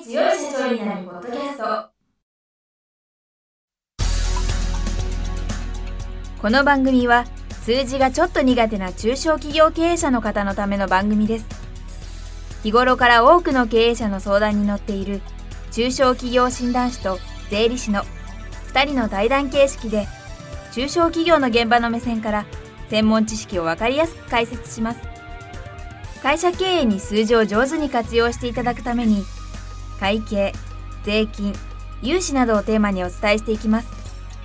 強い社長になるポッドキャスト。この番組は数字がちょっと苦手な中小企業経営者の方のための番組です。日頃から多くの経営者の相談に乗っている中小企業診断士と税理士の2人の対談形式で、中小企業の現場の目線から専門知識を分かりやすく解説します。会社経営に数字を上手に活用していただくために、会計、税金、融資などをテーマにお伝えしていきます。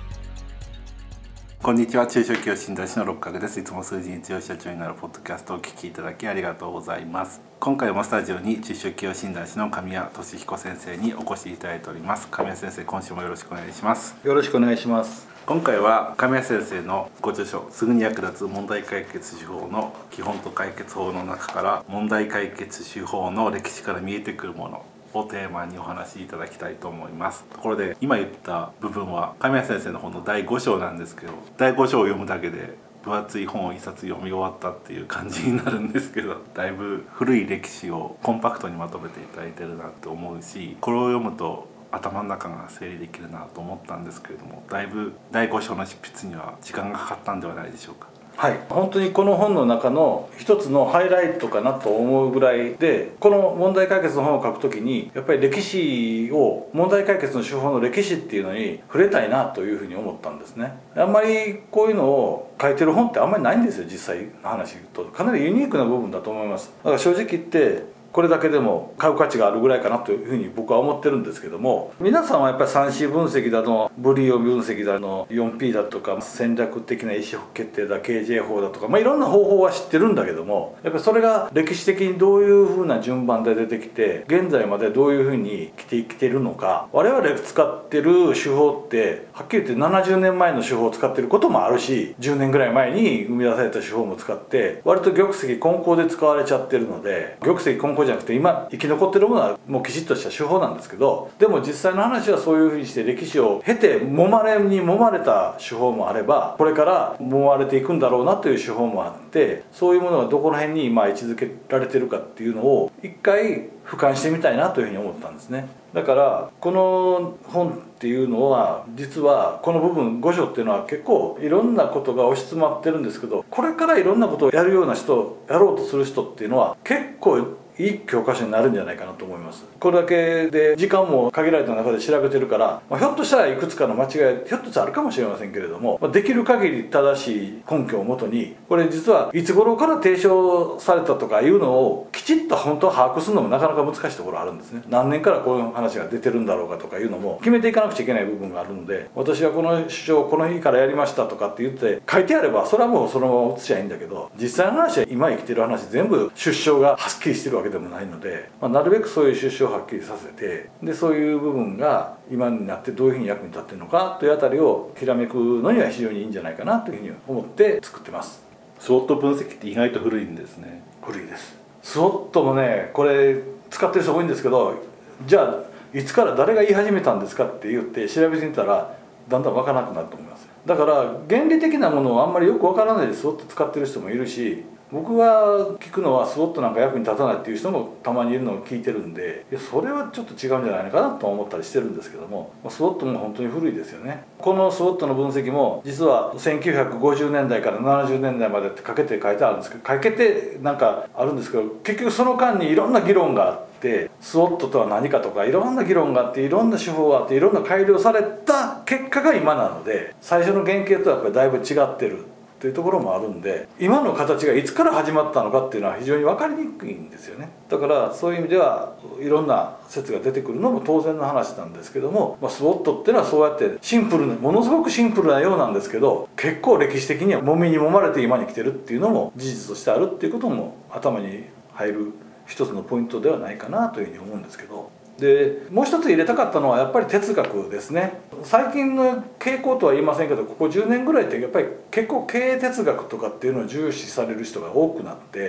こんにちは、中小企業診断士の六角です。いつも数字に強い社長になるポッドキャストをお聞きいただきありがとうございます。今回もスタジオに中小企業診断士の神谷俊彦先生にお越しいただいております。神谷先生、今週もよろしくお願いします。 よろしくお願いします。 今回は神谷先生のご著書、すぐに役立つ問題解決手法の基本と解決法の中から、問題解決手法の歴史から見えてくるものをテーマにお話しいただきたいと思います。ところで今言った部分は神谷先生の本の第5章なんですけど、第5章を読むだけで分厚い本を一冊読み終わったっていう感じになるんですけど、だいぶ古い歴史をコンパクトにまとめていただいてるなと思うし、これを読むと頭の中が整理できるなと思ったんですけれども、だいぶ第5章の執筆には時間がかかったんではないでしょうか。 はい、本当にこの本の中の一つのハイライトかなと思うぐらいで、この問題解決の本を書くときにやっぱり歴史を、問題解決の手法の歴史っていうのに触れたいなというふうに思ったんですね。あんまりこういうのを書いてる本ってあんまりないんですよ。実際の話言うとかなりユニークな部分だと思います。だから正直言ってこれだけでも買う価値があるぐらいかなというふうに僕は思ってるんですけども、皆さんはやっぱり 3C 分析だの、ブリオ分析だの、 4P だとか戦略的な意思決定だ、 KJ 法だとか、いろんな方法は知ってるんだけども、やっぱりそれが歴史的にどういうふうな順番で出てきて現在までどういうふうに来てきてるのか。我々が使ってる手法ってはっきり言って70年前の手法を使ってることもあるし、10年ぐらい前に生み出された手法も使って割と玉石混交で使われちゃってるので、玉石混交じゃなくて今生き残ってるものはもうきちっとした手法なんですけど、でも実際の話はそういうふうにして歴史を経て揉まれに揉まれた手法もあれば、これから揉まれていくんだろうなという手法もあって、そういうものがどこの辺に今位置づけられてるかっていうのを一回俯瞰してみたいなというふうに思ったんですね。だからこの本っていうのは実はこの部分5章っていうのは結構いろんなことが押し詰まってるんですけど、これからいろんなことをやるような人、やろうとする人っていうのは結構いい教科書になるんじゃないかなと思います。これだけで時間も限られた中で調べてるから、ひょっとしたらいくつかの間違いひょっとしたらあるかもしれませんけれども、できる限り正しい根拠をもとに、これ実はいつ頃から提唱されたとかいうのをきちっと本当は把握するのもなかなか難しいところあるんですね。何年からこういう話が出てるんだろうかとかいうのも決めていかなくちゃいけない部分があるので、私はこの主張をこの日からやりましたとかって言って書いてあればそれはもうそのまま写しゃいいんだけど、実際の話は今生きてる話全部出生がはっきりしてるわけでもないので、なるべくそういう出生をはっきりさせて、でそういう部分が今になってどういうふうに役に立ってるのかというあたりをひらめくのには非常にいいんじゃないかなというふうに思って作ってます。 スウォット分析って意外と古いんですね。 古いです。スウォットもね、これ使ってる人多いんですけど、じゃあいつから誰が言い始めたんですかって言って調べてみたらだんだん分からなくなると思います。だから原理的なものをあんまりよく分からないでスウォット使ってる人もいるし、僕が聞くのはスウォットなんか役に立たないっていう人もたまにいるのを聞いてるんで、それはちょっと違うんじゃないのかなと思ったりしてるんですけども、スウォットも本当に古いですよね。このスウォットの分析も実は1950年代から70年代までってかけて書いてあるんですけど、かけてなんかあるんですけど、結局その間にいろんな議論があって、スウォットとは何かとかいろんな議論があって、いろんな手法があって、いろんな改良された結果が今なので、最初の原型とはやっぱりだいぶ違ってるというところもあるんで、今の形がいつから始まったのかっていうのは非常に分かりにくいんですよね。だからそういう意味ではいろんな説が出てくるのも当然の話なんですけども、スウォットっていうのはそうやってシンプルな、ものすごくシンプルなようなんですけど、結構歴史的には揉みに揉まれて今に来てるっていうのも事実としてあるっていうことも頭に入る一つのポイントではないかなというふうに思うんですけど、でもう一つ入れたかったのはやっぱり哲学ですね。最近の傾向とは言いませんけど、ここ10年ぐらいってやっぱり結構経営哲学とかっていうのを重視される人が多くなって、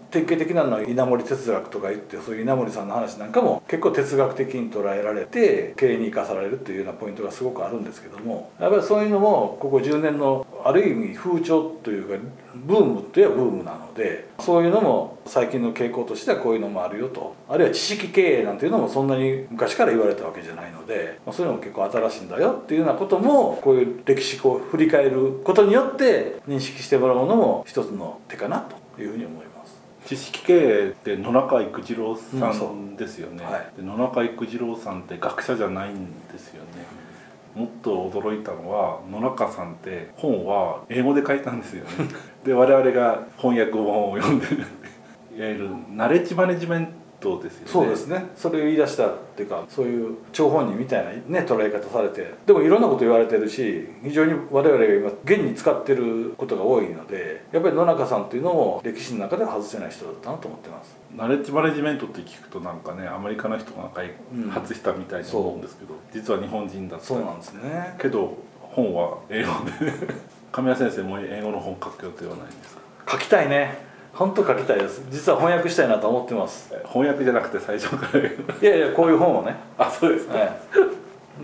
典型的なのは稲盛哲学とか言って、そういう稲盛さんの話なんかも結構哲学的に捉えられて経営に生かされるというようなポイントがすごくあるんですけども、やっぱりそういうのもここ10年のある意味風潮というかブームといえばブームなので、そういうのも最近の傾向としてはこういうのもあるよと、あるいは知識経営なんていうのもそんなに昔から言われたわけじゃないので、そういうのも結構新しいんだよっていうようなことも、こういう歴史を振り返ることによって認識してもらうのも一つの手かなというふうに思います。 知識経営って野中育次郎さんですよね、 はい、 で野中育次郎さんって学者じゃないんですよね。もっと驚いたのは、野中さんって本は英語で書いたんですよねで我々が翻訳本を読んでるんで、いわゆるナレッジマネジメントですよね。 そうですね、それを言い出したっていうか、そういう張本人みたいな、ね、捉え方されて、でもいろんなこと言われてるし、非常に我々が今現に使ってることが多いので、やっぱり野中さんっていうのも歴史の中では外せない人だったなと思ってます。 ナレッジマネジメントって聞くとなんかね、アメリカの人が開発したみたいに思うんですけど、実は日本人だった。 そうなんですね。 けど本は英語で神谷先生も英語の本書く予定はないんですか？ 書きたいね。本当書きたいです。実は翻訳したいなと思ってます。 翻訳じゃなくて最初からいやいや、こういう本をね。 あ、そうですか、 はい、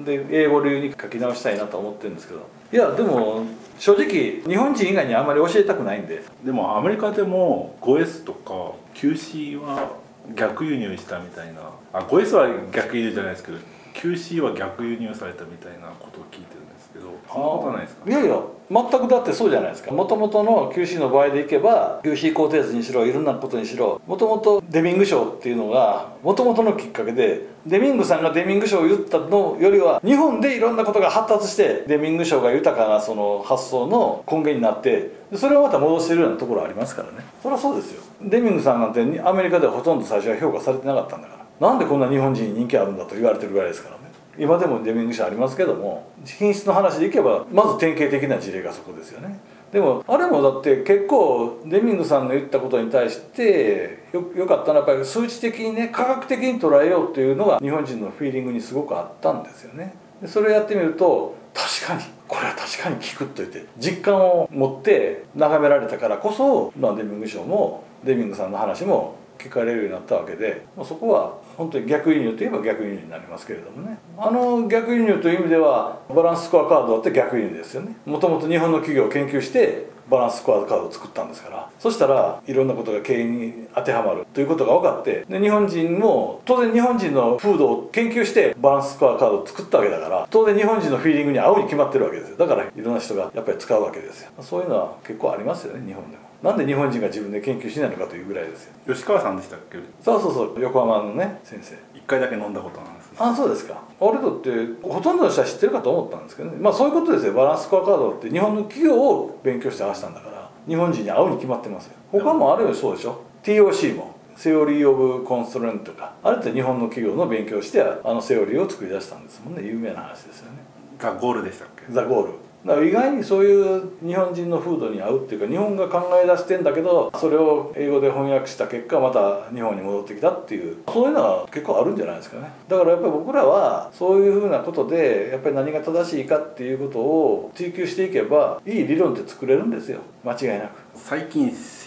で英語流に書き直したいなと思ってるんですけど、いやでも正直日本人以外にあんまり教えたくないんで。 でもアメリカでも 5S とか QC は逆輸入したみたいな、5S は逆輸入じゃないですけど QC は逆輸入されたみたいなことを聞いてるんですけど、そんなことはないですか？ いやいや、全くだってそうじゃないですか。もともとの QC の場合でいけば QC 工程図にしろいろんなことにしろ、もともとデミング賞っていうのがもともとのきっかけで、デミングさんがデミング賞を言ったのよりは日本でいろんなことが発達してデミング賞が豊かなその発想の根源になって、それをまた戻してるようなところありますからね。それはそうですよ。デミングさんなんてアメリカではほとんど最初は評価されてなかったんだから、なんでこんな日本人に人気あるんだと言われてるぐらいですからね。今でもデミング賞ありますけども、品質の話でいけばまず典型的な事例がそこですよね。でもあれもだって結構デミングさんの言ったことに対してよかったのは、やっぱり数値的にね、科学的に捉えようというのが日本人のフィーリングにすごくあったんですよね。でそれをやってみると、確かにこれは確かに効くと言って実感を持って眺められたからこそ、デミング賞もデミングさんの話も聞かれるようになったわけで、そこは本当に逆輸入といえば逆輸入になりますけれどもね。逆輸入という意味ではバランススコアカードだって逆輸入ですよね。もともと日本の企業を研究してバランススコアカードを作ったんですから、そしたらいろんなことが経営に当てはまるということが分かって、で日本人も当然日本人の風土を研究してバランススコアカードを作ったわけだから、当然日本人のフィーリングに合うに決まってるわけですよ。だからいろんな人がやっぱり使うわけですよ。そういうのは結構ありますよね、日本でも。なんで日本人が自分で研究しないのかというぐらいですよ。 吉川さんでしたっけ？ そうそうそう、横浜のね先生。 1回だけ飲んだことなんですね。 あ、そうですか。俺だってほとんどの人は知ってるかと思ったんですけどね。そういうことですよ。バランススコアカードって日本の企業を勉強して合わせたんだから、日本人に合うに決まってますよ。他もあるよりそうでしょ。 TOC もセオリー・オブ・コンストレントとか、あれって日本の企業の勉強してセオリーを作り出したんですもんね。有名な話ですよね。 ザ・ゴールでしたっけ？ ザ・ゴールだから意外にそういう日本人の風土に合うっていうか、日本が考え出してんだけど、それを英語で翻訳した結果また日本に戻ってきたっていう、そういうのは結構あるんじゃないですかね。だからやっぱり僕らはそういうふうなことでやっぱり何が正しいかっていうことを追求していけば、いい理論って作れるんですよ、間違いなく。 最近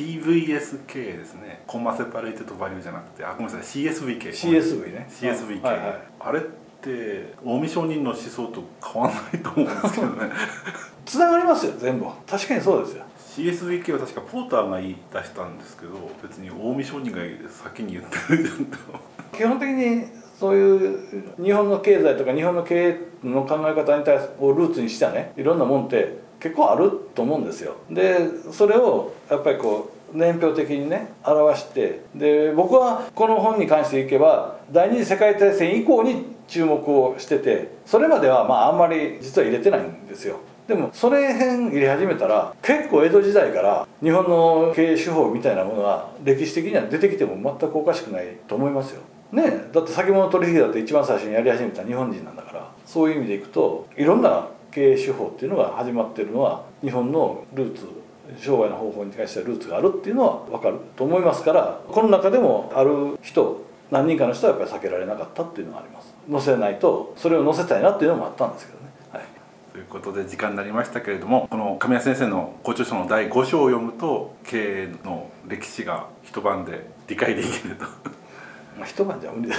CVS 系ですね。コンマセパレーテッドバリューじゃなくて、ごめんなさい、 CSV 系。 CSV ね。 CSV 系、 はいはい、 あれって近江商人の思想と変わんないと思うんですけどねつながりますよ全部。確かにそうですよ。 CSV 系は確かポーターが言い出したんですけど、別に近江商人が先に言ってるじゃんと基本的にそういう日本の経済とか日本の経営の考え方に対してルーツにしたね、いろんなもんって結構あると思うんですよ。でそれをやっぱり年表的にね表して、で僕はこの本に関していけば第二次世界大戦以降に注目をしてて、それまではあんまり実は入れてないんですよ。でもそれ辺入れ始めたら、結構江戸時代から日本の経営手法みたいなものは歴史的には出てきても全くおかしくないと思いますよね。だって先物取引だって一番最初にやり始めた日本人なんだから、そういう意味でいくといろんな経営手法っていうのが始まってるのは日本のルーツ、商売の方法に対してルーツがあるっていうのは分かると思いますから、この中でもある人何人かの人はやっぱり避けられなかったっていうのがあります。載せないと、それを載せたいなっていうのもあったんですけどね、はい、 ということで時間になりましたけれども、この神谷先生のご著書の第5章を読むと経営の歴史が一晩で理解できると一晩じゃ無理だよ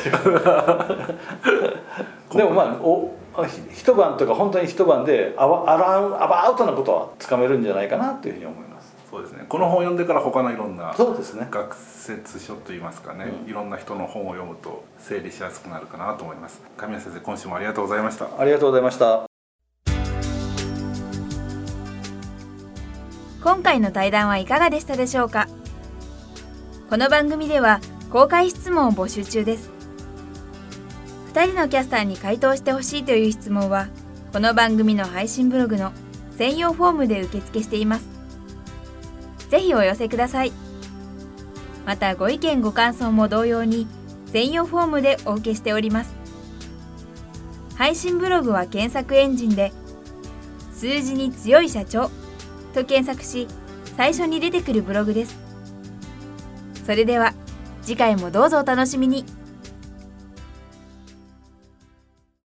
でも一晩とか本当に一晩でアバウトなことはつかめるんじゃないかなというふうに思います。 そうですね、この本を読んでから他のいろんなそうですね、 学説書といいますかね、いろんな人の本を読むと整理しやすくなるかなと思います。神谷先生、今週もありがとうございました。 ありがとうございました。 今回の対談はいかがでしたでしょうか。この番組では公開質問を募集中です。2人のキャスターに回答してほしいという質問は、この番組の配信ブログの専用フォームで受付しています。ぜひお寄せください。またご意見ご感想も同様に専用フォームでお受けしております。配信ブログは検索エンジンで数字に強い社長と検索し、最初に出てくるブログです。それでは次回もどうぞお楽しみに。